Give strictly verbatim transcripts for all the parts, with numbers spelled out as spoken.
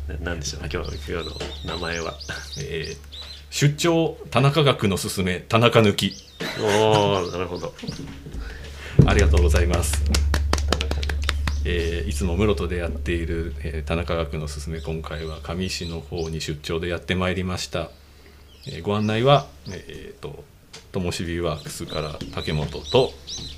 何でしょう今日、今日の名前は、 えー、出張田中学のすすめ田中抜き。 おーなるほどありがとうございます。えー、いつも室戸でやっている、えー、田中学のすすめ、今回は香美市の方に出張でやってまいりました。えー、ご案内は、えー、とともしびワークスから竹本と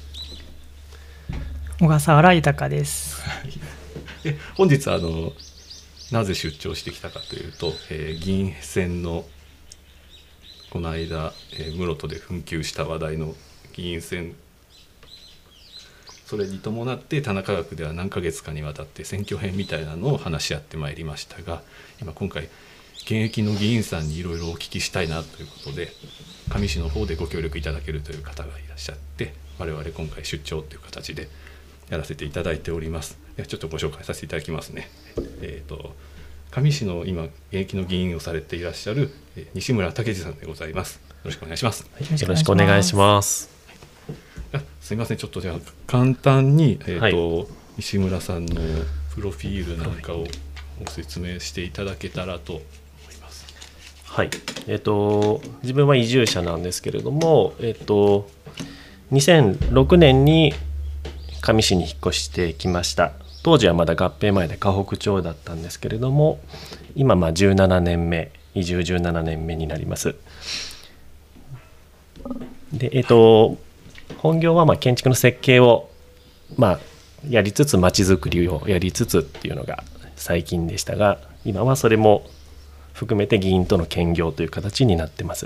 小笠原豊です。 え本日あのなぜ出張してきたかというと、えー、議員選のこの間、えー、室戸で紛糾した話題の議員選、それに伴って田中学では何ヶ月かにわたって選挙編みたいなのを話し合ってまいりましたが、今今回現役の議員さんにいろいろお聞きしたいなということで、香美市の方でご協力いただけるという方がいらっしゃって、我々今回出張という形でやらせていただいております。ではちょっとご紹介させていただきますね。えーと香美市の今現役の議員をされていらっしゃる西村武司さんでございます。よろしくお願いします。 はい、よろしくお願いします。 あすみません、ちょっとじゃあ簡単に、えーとはい、 西村さんのプロフィールなんかをご説明していただけたらと思います。 はい、えっと自分は移住者なんですけれども、えっとにせんろくねんに香美市に引っ越してきました。当時はまだ合併前で河北町だったんですけれども、今まあじゅうななねんめ、移住じゅうななねんめになります。で、えっと本業はまあ建築の設計をまあやりつつ、まちづくりをやりつつっていうのが最近でしたが、今はそれも含めて議員との兼業という形になってます。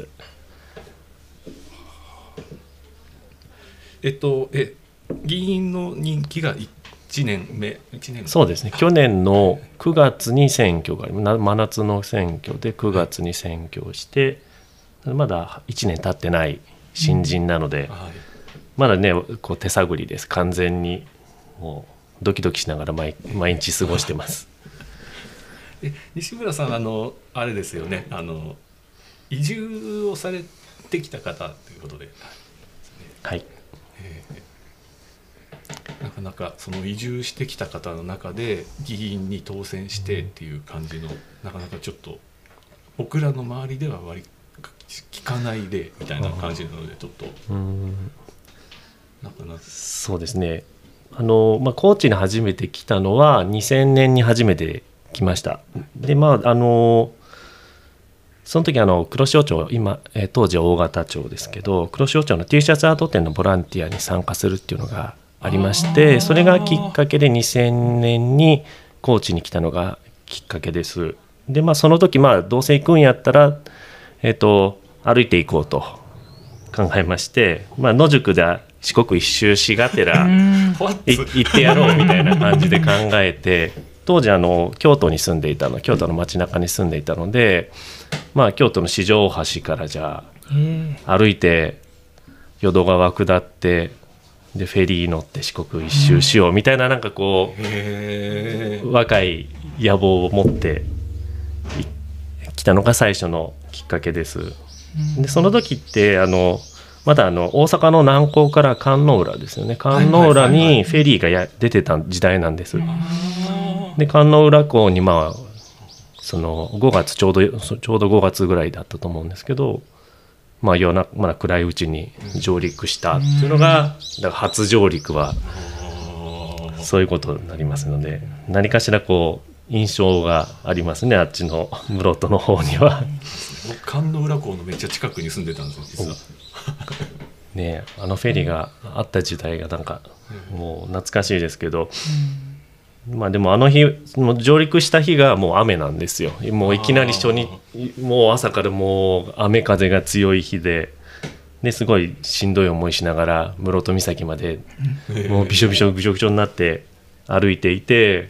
えっとえ議員の任期がいちねんめ、いちねんそうですね、去年のくがつに選挙があります。真夏の選挙でくがつに選挙をして、まだいちねん経ってない新人なので、 うんはい、 まだねこう手探りです。完全にもうドキドキしながら 毎, 毎日過ごしてますえ西村さん、あのあれですよね、あの移住をされてきた方ということで、 はい、 えーなかなかその移住してきた方の中で議員に当選してっていう感じの、なかなかちょっと僕らの周りでは割り聞かない例みたいな感じなので、ちょっとうーんなかなかそうですね、あの、まあ、高知に初めて来たのはにせんねんに初めて来ました。でまああのその時あの黒潮町、今え当時は大型町ですけど、黒潮町の T シャツアート展のボランティアに参加するっていうのがありまして、それがきっかけでにせんねんに高知に来たのがきっかけです。でまあその時まあどうせ行くんやったら、えっと歩いて行こうと考えまして、まあ、野宿で四国一周しがてら行ってやろうみたいな感じで考えて、当時あの京都に住んでいたの京都の街中に住んでいたので、まあ、京都の四条大橋からじゃあ歩いて淀川下ってでフェリー乗って四国一周しようみたいな、なんかこう若い野望を持って来たのが最初のきっかけです。でその時ってあのまだあの大阪の南港から観音浦ですよね、観音浦にフェリーがや出てた時代なんです。で観音浦港にまあそのごがつちょうどちょうどごがつぐらいだったと思うんですけど、まあ夜中まだ暗いうちに上陸したっていうのが、だから初上陸はそういうことになりますので、何かしらこう印象がありますね、あっちの室戸の方には。 僕観音浦港のめっちゃ近くに住んでたんですよ実はね、あのフェリーがあった時代がなんかもう懐かしいですけど、まあでもあの日もう上陸した日がもう雨なんですよ。もういきなり初日もう朝からもう雨風が強い日で、ですごいしんどい思いしながら室戸岬までもうびしょびしょぐちょぐちょになって歩いていて、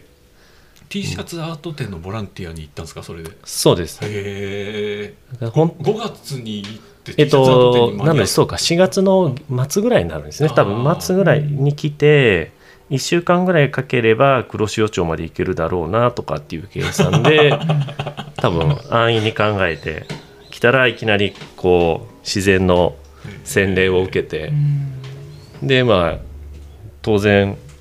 T シャツアート展のボランティアに行ったんですか、それで。 そうです。 へえ。 ほんごがつに行ってえ T っシャツアート展とに間に合う。 なのでそうかしがつの末ぐらいになるんですね。多分末ぐらいに来ていっしゅうかんぐらいかければ黒潮町まで行けるだろうなとかっていう計算で多分安易に考えて来たらいきなりこう自然の洗礼を受けて、でまあ当然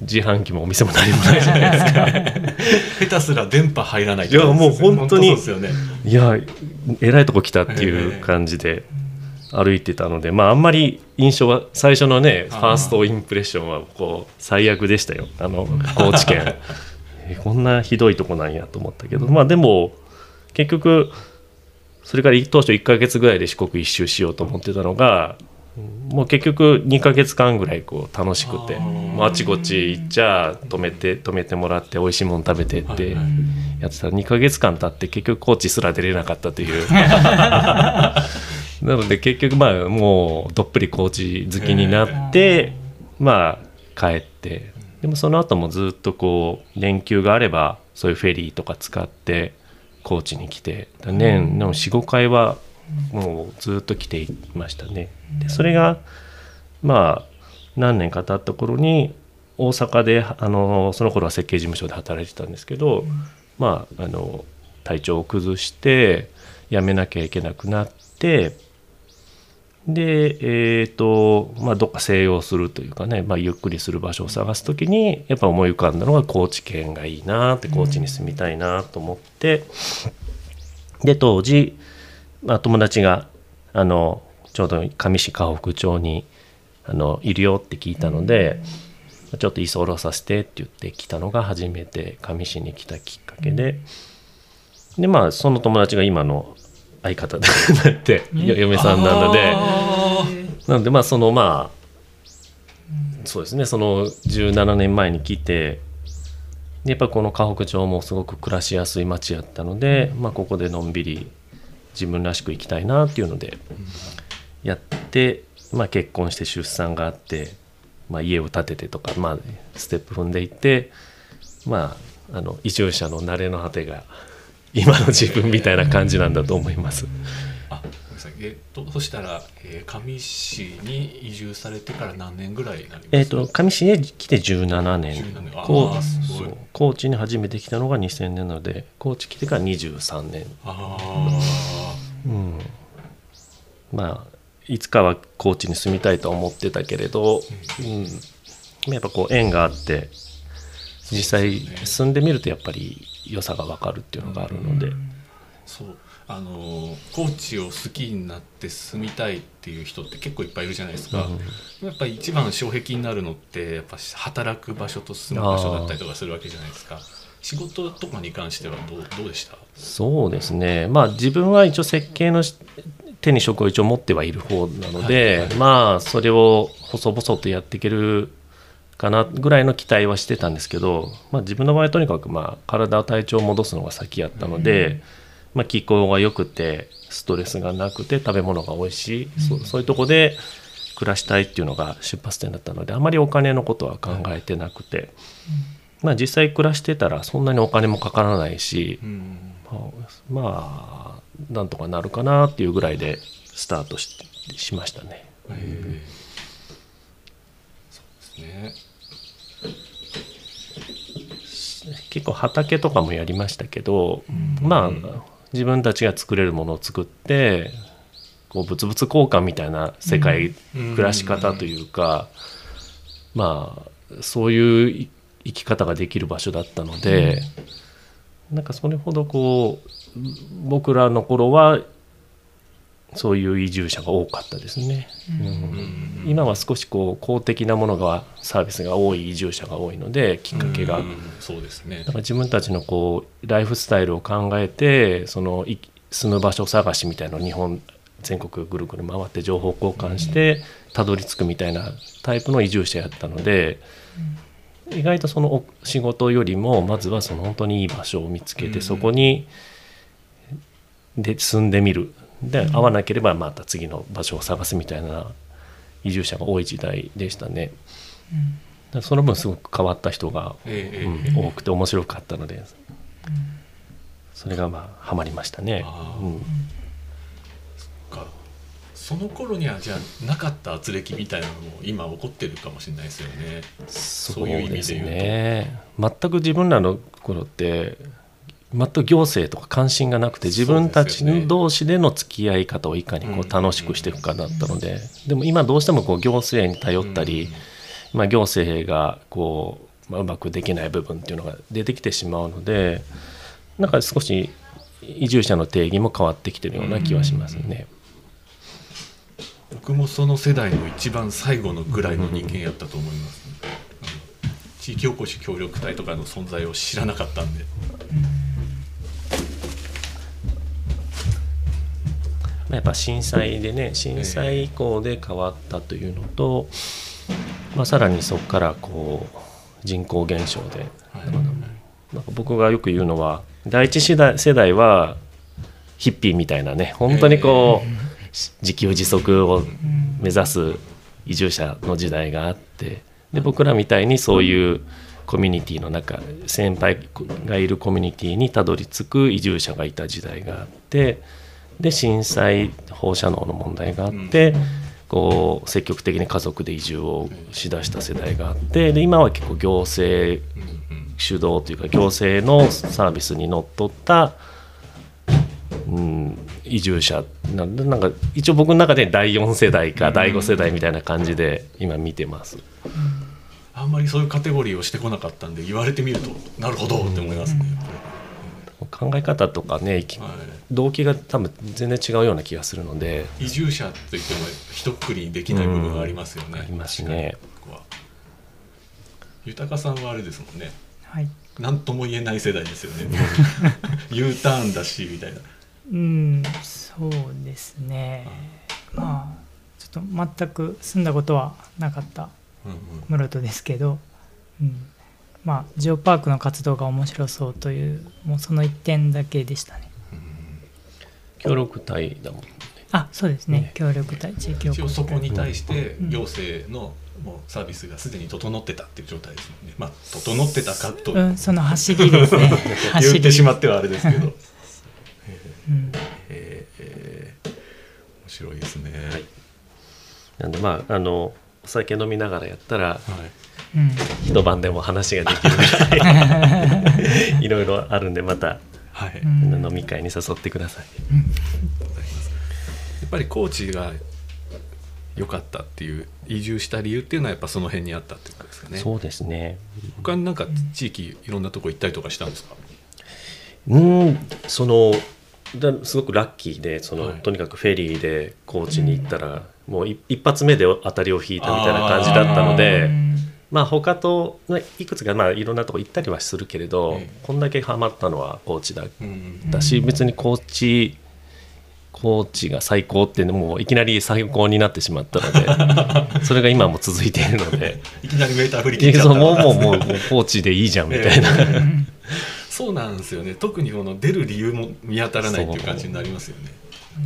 自販機もお店も何もないじゃないですか下手すら電波入らない。 いやもう本当に本当そうですよね。 いやえらいとこ来たっていう感じで歩いてたので、まああんまり印象は最初のねファーストインプレッションはこう最悪でしたよ。あの高知県えこんなひどいとこなんやと思ったけど、まあでも結局それから当初いっかげつぐらいで四国一周しようと思ってたのが、もう結局にかげつかんぐらいこう楽しくて、もうあちこち行っちゃ止めて止めてもらって美味しいもの食べてってやってたらにかげつかん経って結局高知すら出れなかったというなので結局まあもうどっぷり高知好きになってまあ帰って、でもその後もずっとこう連休があればそういうフェリーとか使って高知に来て年の よん,ご 回はもうずっと来ていましたね。でそれがまあ何年か経った頃に大阪であのその頃は設計事務所で働いてたんですけど、まああの体調を崩して辞めなきゃいけなくなって、でえーとまあ、どっか静養するというかね、まあ、ゆっくりする場所を探すときにやっぱ思い浮かんだのが高知県がいいなって、高知に住みたいなと思って、で当時、まあ、友達があのちょうど上市河北町にあのいるよって聞いたので、ちょっと居候させてって言って来たのが初めて上市に来たきっかけで、でまあその友達が今の相方でなって嫁さんなので、なのでまあそのまあそうですね、そのじゅうななねんまえに来て、でやっぱこの河北町もすごく暮らしやすい町やったので、まあここでのんびり自分らしく生きたいなっていうのでやって、まあ結婚して出産があって、まあ家を建ててとか、まあステップ踏んでいって、まああの移住者の慣れの果てが今の自分みたいな感じなんだと思います。 あ、ごめんなさい。えっとそしたら、えー、上市に移住されてから何年ぐらいになりますか？ えっと上市へ来てじゅうななねん、 じゅうななねん、あこうーすごい。 そう高知に初めて来たのがにせんねんなので、高知来てからにじゅうさんねん。 あうん、まあいつかは高知に住みたいと思ってたけれど、うん、やっぱこう縁があって実際住んでみるとやっぱり良さが分かるっていうのがあるので、 そうあの高知を好きになって住みたいっていう人って結構いっぱいいるじゃないですか、うん、やっぱり一番障壁になるのってやっぱ働く場所と住む場所だったりとかするわけじゃないですか。仕事とかに関してはどう、どうでした？ そうですね、まあ自分は一応設計の手に職を一応持ってはいる方なので、はいはい、まあそれを細々とやっていけるかなぐらいの期待はしてたんですけど、まあ、自分の場合はとにかくまあ体体調を戻すのが先やったので、うんまあ、気候が良くてストレスがなくて食べ物が美味しい、うん、そ, そういうとこで暮らしたいっていうのが出発点だったので、あまりお金のことは考えてなくて、うんまあ、実際暮らしてたらそんなにお金もかからないし、うん、まあ、まあなんとかなるかなっていうぐらいでスタート し, しましたね。 へー、そうですね。 結構畑とかもやりましたけど、うん、まあ自分たちが作れるものを作ってこう物々交換みたいな世界、うん、暮らし方というか、うん、まあそういう生き方ができる場所だったので、うん、なんかそれほどこう僕らの頃はそういう移住者が多かったですね、うんうん、今は少しこう公的なものがサービスが多い移住者が多いので、きっかけが、うん、 そうですね。 だから自分たちのこうライフスタイルを考えてその住む場所探しみたいなのを日本全国ぐるぐる回って情報交換してたどり着くみたいなタイプの移住者やったので、意外とその仕事よりもまずはその本当にいい場所を見つけて、そこにで住んでみる、で合わなければまた次の場所を探すみたいな移住者が多い時代でしたね、うん、その分すごく変わった人が、えーうん、多くて面白かったので、うん、それがまあハマりましたね。あ、うん、 そっか。その頃にはじゃあなかった圧力みたいなのも今起こってるかもしれないですよね。そういう意味で言うと、ね、 全く自分らの頃って全く行政とか関心がなくて、自分たち同士での付き合い方をいかにこう楽しくしていくかだったので、でも今どうしてもこう行政に頼ったり、まあ、行政がこうまあ、うまくできない部分っていうのが出てきてしまうので、なんか少し移住者の定義も変わってきてるような気はしますね。 僕もその世代の一番最後のぐらいの人間やったと思います、ね、うん、地域おこし協力隊とかの存在を知らなかったんで、 やっぱ震災でね、震災以降で変わったというのと、まあ、さらにそこからこう人口減少で、はい、なんか僕がよく言うのは、第一世代、世代はヒッピーみたいなね、本当にこう、えー自給自足を目指す移住者の時代があって、で僕らみたいにそういうコミュニティの中、先輩がいるコミュニティにたどり着く移住者がいた時代があって、で震災放射能の問題があって、こう積極的に家族で移住をしだした世代があって、で今は結構行政主導というか行政のサービスにのっとったうん、移住者なんで、なんか一応僕の中でだいよん世代かだいご世代みたいな感じで今見てます、うん、 あんまりそういうカテゴリーをしてこなかったんで、言われてみるとなるほどって思いますね、 うん、考え方とかね、はい、動機が多分全然違うような気がするので、 移住者といっても一括りにできない部分がありますよね、うん、 ありますね。 ここは豊さんはあれですもんね、 はい、 なんとも言えない世代ですよねU ターンだしみたいな。 うん、そうですね、まあちょっと全く住んだことはなかった室戸ですけど、うんうん、まあジオパークの活動が面白そうという、もうその一点だけでしたね、うん、 協力隊だもんね。 あ、そうですね、ね、協力隊、地域おこし隊、 一応そこに対して行政のもうサービスがすでに整ってたっていう状態ですもんね。まあ整ってたかと、 うん、その走りですね言ってしまってはあれですけどうん、 えーえー、面白いですね、はい、 なんでまああのお酒飲みながらやったら、はい、 うん、 一晩でも話ができるぐらいいろいろあるんで、また、はい、飲み会に誘ってください、うん、やっぱり高知が良かったっていう移住した理由っていうのはやっぱその辺にあったってことですかね。 そうですね。 他になんか地域いろんなとこ行ったりとかしたんですか？ うん、そのだすごくラッキーで、その、はい、とにかくフェリーで高知に行ったら、うん、もう一発目で当たりを引いたみたいな感じだったので、まあ他といくつかまあいろんなとこ行ったりはするけれど、うん、こんだけハマったのは高知だったし、うん、別に高知高知が最高ってもういきなり最高になってしまったのでそれが今も続いているのでいきなりメーター振り切っちゃったもうもうもう高知でいいじゃんみたいな、えー、 そうなんですよね。特にこの出る理由も見当たらないっていう感じになりますよね。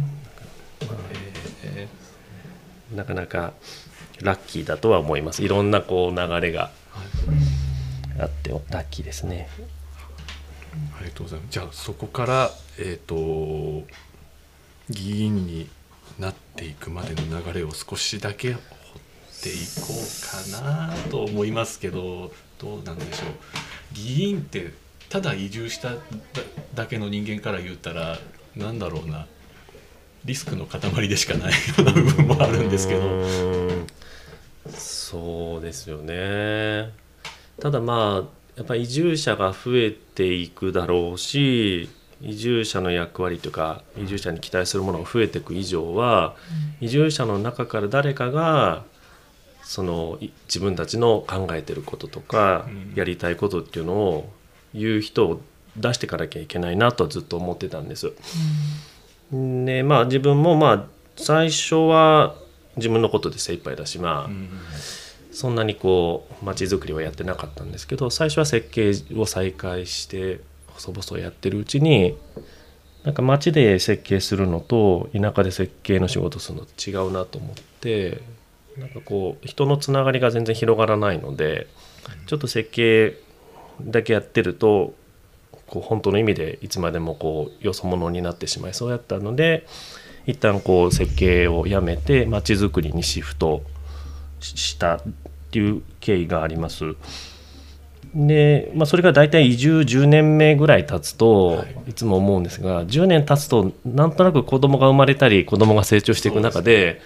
えー、なかなかラッキーだとは思います。いろんなこう流れがあってラッキーですね。 ありがとうございます。じゃあそこからえっと議員になっていくまでの流れを少しだけ掘っていこうかなと思いますけど、どうなんでしょう。議員ってただ移住しただけの人間から言ったらなんだろうな、リスクの塊でしかないような部分もあるんですけど。うーん、 そうですよね。ただまあやっぱり移住者が増えていくだろうし、移住者の役割というか移住者に期待するものが増えていく以上は、うん、移住者の中から誰かがその自分たちの考えてることとか、うん、やりたいことっていうのを言う人を出していかなきゃいけないなとはずっと思ってたんです、うん、でまあ自分もまあ最初は自分のことで精一杯だし、まあ、うん、そんなにこう街づくりはやってなかったんですけど、最初は設計を再開して細々やってるうちに、なんか街で設計するのと田舎で設計の仕事するのと違うなと思って、なんかこう人のつながりが全然広がらないので、ちょっと設計だけやってるとこう本当の意味でいつまでもこうよそ者になってしまいそうやったので、一旦こう設計をやめて街づくりにシフトしたっていう経緯があります。で、まあ、それが大体移住じゅうねんめぐらい経つといつも思うんですが、じゅうねん経つとなんとなく子供が生まれたり子供が成長していく中で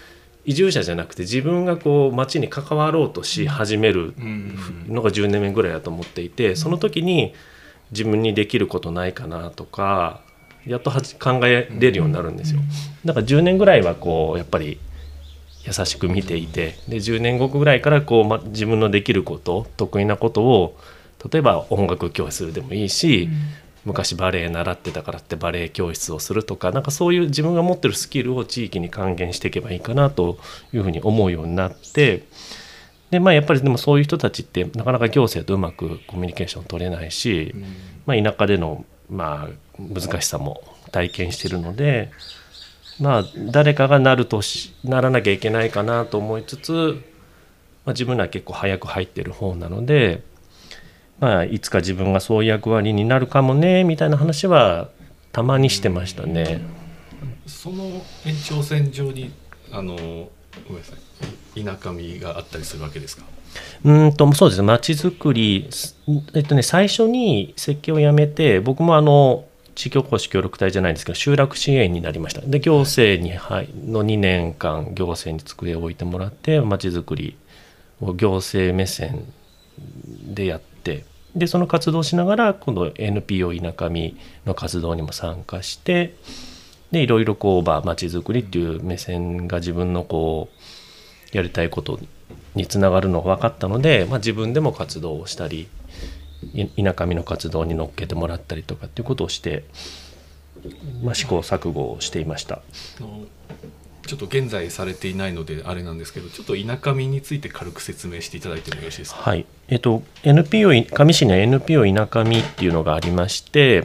移住者じゃなくて自分がこう町に関わろうとし始めるのがじゅうねんめぐらいだと思っていて、その時に自分にできることないかなとかやっとはじ考えれるようになるんですよ。だからじゅうねんぐらいはこうやっぱり優しく見ていて、でじゅうねんごぐらいからこう、ま、自分のできること得意なことを例えば音楽教室でもいいし、うん、昔バレエ習ってたからってバレエ教室をするとか、なんかそういう自分が持ってるスキルを地域に還元していけばいいかなというふうに思うようになって、で、まあ、やっぱりでもそういう人たちってなかなか行政とうまくコミュニケーション取れないし、うんまあ、田舎での、まあ、難しさも体験しているので、まあ、誰かがなるとしならなきゃいけないかなと思いつつ、まあ、自分らは結構早く入ってる方なので、まあ、いつか自分がそういう役割になるかもねみたいな話はたまにしてましたね。 その延長線上にあのごめんなさい田舎みがあったりするわけですか？ うんとそうですね、町づくり、えっとね、最初に設計をやめて僕もあの地域おこし協力隊じゃないんですけど集落支援になりました。で行政に、はい、のにねんかん行政に机を置いてもらって町づくりを行政目線でやって、でその活動をしながら今度 エヌピーオー 田舎みの活動にも参加して、でいろいろこう、まあ、町づくりっていう目線が自分のこうやりたいことにつながるのが分かったので、まあ、自分でも活動をしたり田舎みの活動に乗っけてもらったりとかっていうことをして、まあ、試行錯誤をしていました。 ちょっと現在されていないのであれなんですけど、ちょっと田舎みについて軽く説明していただいてもよろしいですか？ はい、えっと、エヌピーオー 香美市には エヌピーオー 田舎みっていうのがありまして、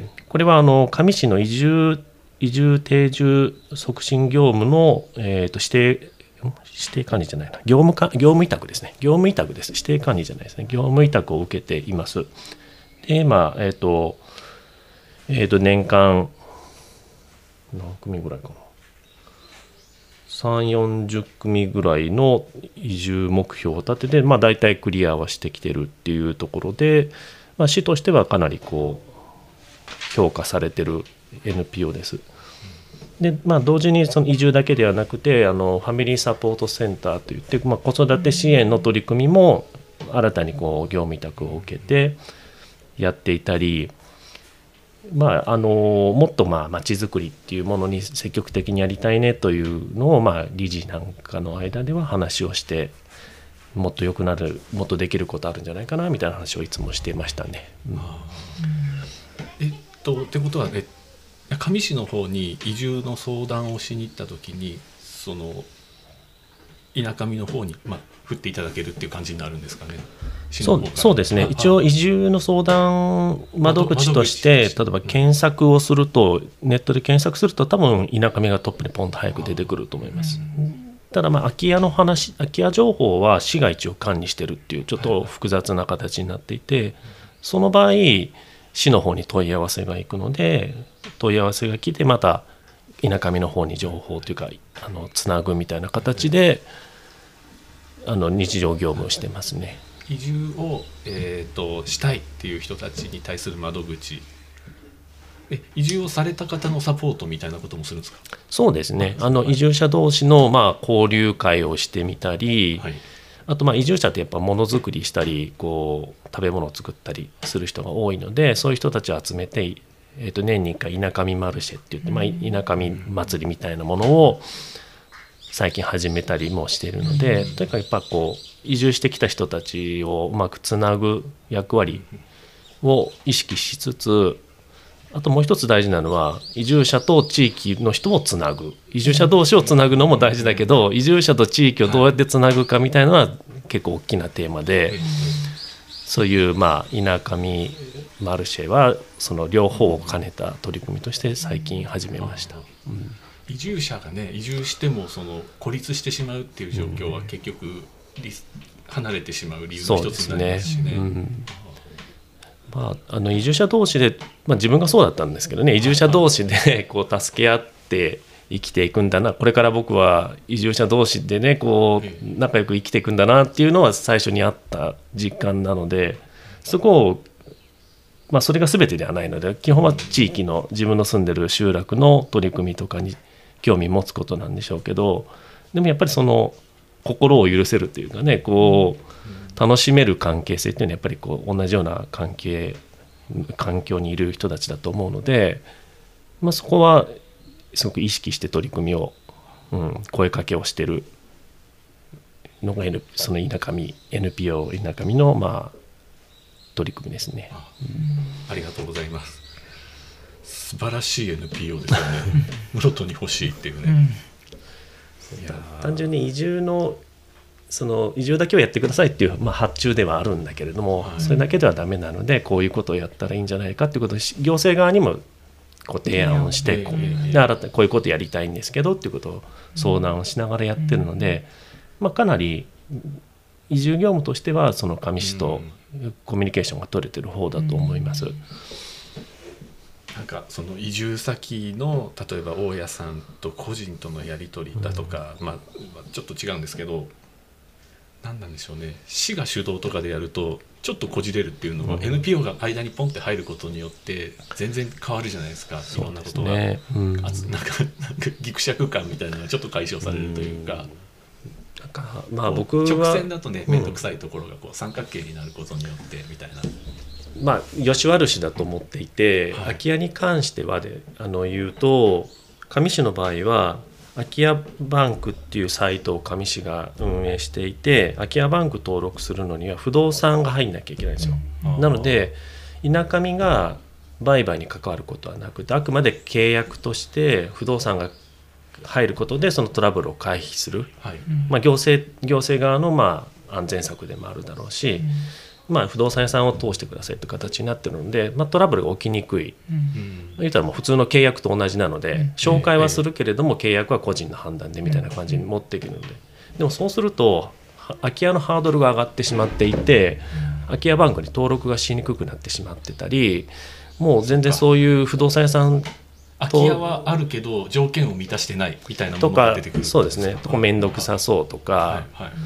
これはあの香美市の移住移住定住促進業務の、えー、と指定指定管理じゃないな業務か業務委託ですね業務委託です指定管理じゃないですね業務委託を受けています。でまあえっ、ー、とえっ、ー、と年間何組ぐらいかなさんじゅうよんじゅっくみぐらいの移住目標を立てて、まあ、大体クリアはしてきてるっていうところで、まあ、市としてはかなりこう評価されてる エヌピーオー です。でまあ、同時にその移住だけではなくてあのファミリーサポートセンターといって、まあ、子育て支援の取り組みも新たにこう業務委託を受けてやっていたり、まあ、あのもっとまあ街づくりっていうものに積極的にやりたいねというのを、まあ、理事なんかの間では話をして、もっと良くなるもっとできることあるんじゃないかなみたいな話をいつもしていましたね。うん、 えっとってことはえ香美市の方に移住の相談をしに行った時にその田舎みの方に、まあ、振っていただけるっていう感じになるんですかね？ そう、そうですね。一応移住の相談窓口として例えば検索をすると、ネットで検索すると多分田舎みがトップにポンと早く出てくると思います。ただまあ空き家の話空き家情報は市が一応管理してるっていうちょっと複雑な形になっていて、その場合市の方に問い合わせが行くので、問い合わせが来てまた田舎みの方に情報というかあのつなぐみたいな形であの日常業務をしてますね。 移住を、えー、としたいっていう人たちに対する窓口、え移住をされた方のサポートみたいなこともするんですか？ そうですね、あの移住者同士のまあ交流会をしてみたり、はい、あとまあ移住者ってやっぱものづくりしたりこう食べ物を作ったりする人が多いので、そういう人たちを集めて、えー、と年にいっかい田舎みマルシェって言って、まあ、田舎み祭りみたいなものを最近始めたりもしているので、とにかくやっぱこう移住してきた人たちをうまくつなぐ役割を意識しつつ、あともう一つ大事なのは移住者と地域の人をつなぐ、移住者同士をつなぐのも大事だけど、移住者と地域をどうやってつなぐかみたいなのは結構大きなテーマで、そういうまあ田舎みマルシェはその両方を兼ねた取り組みとして最近始めました。うん、 移住者がね移住してもその孤立してしまうっていう状況は結局、うん、離れてしまう理由の一つになりますしね。うん、 まあ、あの移住者同士で、まあ、自分がそうだったんですけどね、移住者同士でこう助け合って生きていくんだな、これから僕は移住者同士でねこう仲良く生きていくんだなっていうのは最初にあった実感なので、そこを、まあ、それが全てではないので、基本は地域の自分の住んでる集落の取り組みとかに興味持つことなんでしょうけど、 でもやっぱりその心を許せるというかね、こう楽しめる関係性っていうのはやっぱりこう同じような関係環境にいる人たちだと思うので、まあ、そこはすごく意識して取り組みを、うん、声かけをしてるのが、N、その稲上 エヌピーオー 稲上のまあ取り組みですね。 あ、ありがとうございます。素晴らしい エヌピーオー ですよね。室戸に欲しいっていうね、 うん、 いや単純に移住のその移住だけをやってくださいっていう、まあ、発注ではあるんだけれども、はい、それだけではダメなのでこういうことをやったらいいんじゃないかっていうことを行政側にもご提案をして、こうで新たにこういうことやりたいんですけどっていうことを相談をしながらやってるので、まあ、かなり移住業務としてはその上市とコミュニケーションが取れてる方だと思います。 なんかその移住先の例えば大家さんと個人とのやり取りだとか、うん、まあ、ちょっと違うんですけど、何なんでしょうね、市が主導とかでやるとちょっとこじれるっていうのが、うん、エヌピーオー が間にポンって入ることによって全然変わるじゃないですか。いろんなことが、ね、うん、あなんかなんかギクシャク感みたいなのがちょっと解消されるというか、うん、 なんかまあ僕は直線だとね面倒くさいところがこう三角形になることによってみたいな、 まあ吉原市だと思っていて、はい、空き家に関してはであの言うと上市の場合は空き家バンクっていうサイトを上市が運営していて、空き家バンク登録するのには不動産が入んなきゃいけないんですよ。なので稲上が売買に関わることはなくて、あくまで契約として不動産が入ることでそのトラブルを回避する、はい、まあ、行政、行政側のまあ安全策でもあるだろうし、うん、まあ、不動産屋さんを通してくださいという形になってるので、まあ、トラブルが起きにくい、うん、言ったらもう普通の契約と同じなので、うん、紹介はするけれども契約は個人の判断でみたいな感じに持っていくので、でもそうすると空き家のハードルが上がってしまっていて、空き家バンクに登録がしにくくなってしまってたり、もう全然そういう不動産屋さん空き家はあるけど条件を満たしてないみたいなものが出てくるとか、そうですね、とか面倒くさそうとか、はいはい、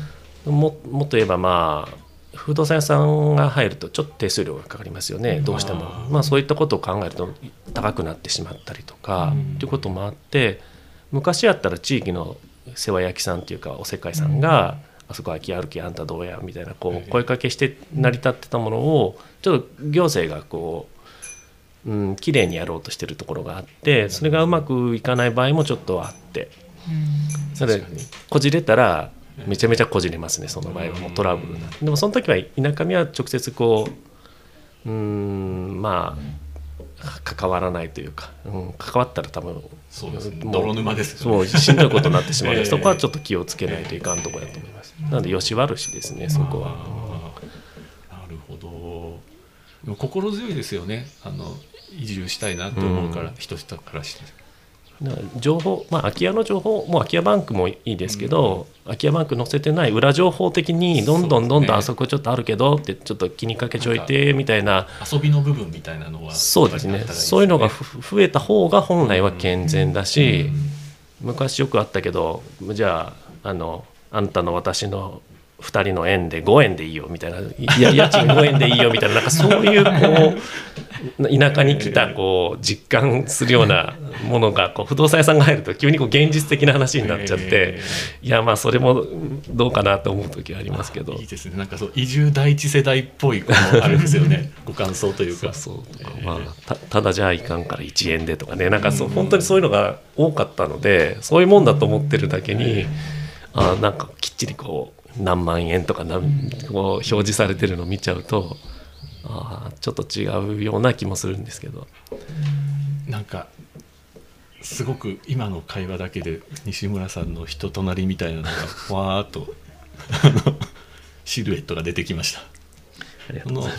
も, もっと言えばまあ不動産屋さんが入るとちょっと手数料がかかりますよね、どうしても。あ、まあ、そういったことを考えると高くなってしまったりとかということもあって、昔やったら地域の世話焼きさんというかおせっかいさんが、あそこ空き家あるきあんたどうやみたいなこう声かけして成り立ってたものをちょっと行政がこう、うん、きれいにやろうとしてるところがあって、それがうまくいかない場合もちょっとあって、それでこじれたらめちゃめちゃこじれますね、その場合はもうトラブルな。でもその時は稲上は直接こう、うーん、まあ関わらないというか、うん、関わったら多分そうです、ね、泥沼ですよね。 そうしんどいことになってしまうので、えー、そこはちょっと気をつけないといかんところだと思います。なので吉原市ですね、そこは。 なるほど。でも心強いですよね、あの移住したいなと思うから、うん、人からして情報、まあ、空き家の情報も空き家バンクもいいですけど、うん、空き家バンク載せてない裏情報的にどんどんどんどんあそこちょっとあるけどってちょっと気にかけちょいてみたいな遊びの部分みたいなのは、 そうですね、そういうのが増えた方が本来は健全だし、うん、昔よくあったけど、じゃあ、あのあんたの私のふたりの円でごえんでいいよみたいな、いや家賃ごえんでいいよみたいな、なんかそういうこう田舎に来たこう実感するようなものがこう不動産屋さんが入ると急にこう現実的な話になっちゃって、いやまあそれもどうかなと思う時はありますけど。 いいですね、なんかそう移住第一世代っぽいこのあれですよねご感想というか。 そうそうとか、まあ、た, ただじゃあいかんからいちえんでとかね、なんかそう本当にそういうのが多かったので、そういうもんだと思ってるだけに、あなんかきっちりこう何万円とか何こう表示されてるのを見ちゃうと、あちょっと違うような気もするんですけど、 なんかすごく今の会話だけで西村さんの人となりみたいなのがふわーっとシルエットが出てきました。 ありがとうございます。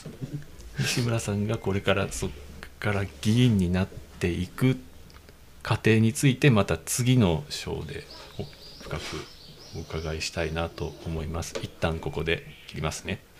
西村さんがこれからそこから議員になっていく過程についてまた次の章で深くお伺いしたいなと思います。一旦ここで切りますね。